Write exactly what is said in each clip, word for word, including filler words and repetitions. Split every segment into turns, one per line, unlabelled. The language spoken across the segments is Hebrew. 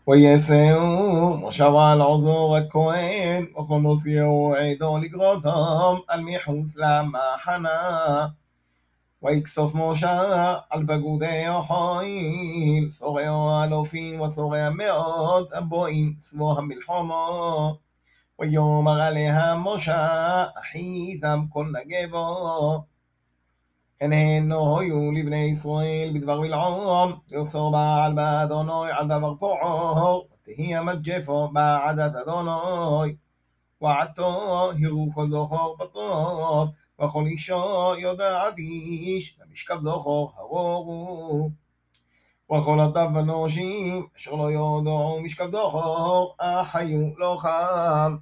ויסעו מושב על עוזו הכהן, וכל נוסיעו עדו לגרותם על מחוץ למחנה. ויקסוף משה על בגודי החוין, שורע אלופים ושורע מאות, הבואים שבו המלחמו. ויאמר עליה משה, אחי-תם כל נגבו. הן הנו היו לבני ישראל בדבר בלעום, יוסר בעל באדוני על דבר פועו, ותהי המג'פו בעדת אדוני. ועתו הראו כל זוכר בטוב, וכל אישו יודעת איש, למשכב זוכר הרורו. וכל הטף בנושים, אשר לא יודעו משכב זוכר, אחיו לא חם.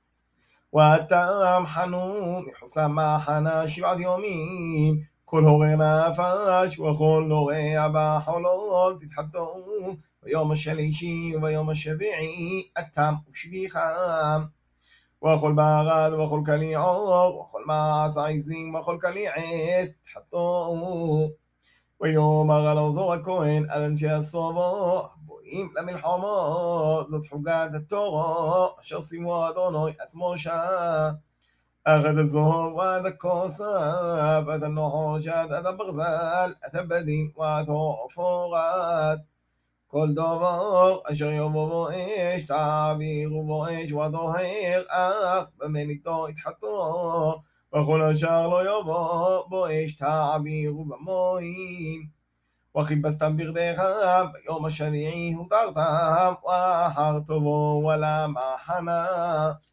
ותם חנו מחוץ למחנה שבעת יומים, כל הורה נפש וכל נורע בחולות תתחתו. ביום השלישי וביום השביעי אתם ושביכם. וכל ברד וכל כלי עור וכל מעש עזים וכל כלי עץ תתחתו. ויאמר על עוזו הכהן על אנשי הסובו בואים למלחמה, זאת חוגת התורו אשר שימו אדוני את משה. أخذ الزهور وهذا الكوسف أتى النحوشات أتى البغزال أتى البدين وأتى فوغات. כל דבר אשר יבוא בו אש תעבירו בו אש וטהר, אך במליתו יתחתו. וכל השאר לא יבוא בו אש תעבירו במים. וכיבסתם בגדיכם ביום השביעי הותרתם, ואחר תבואו אל המחנה.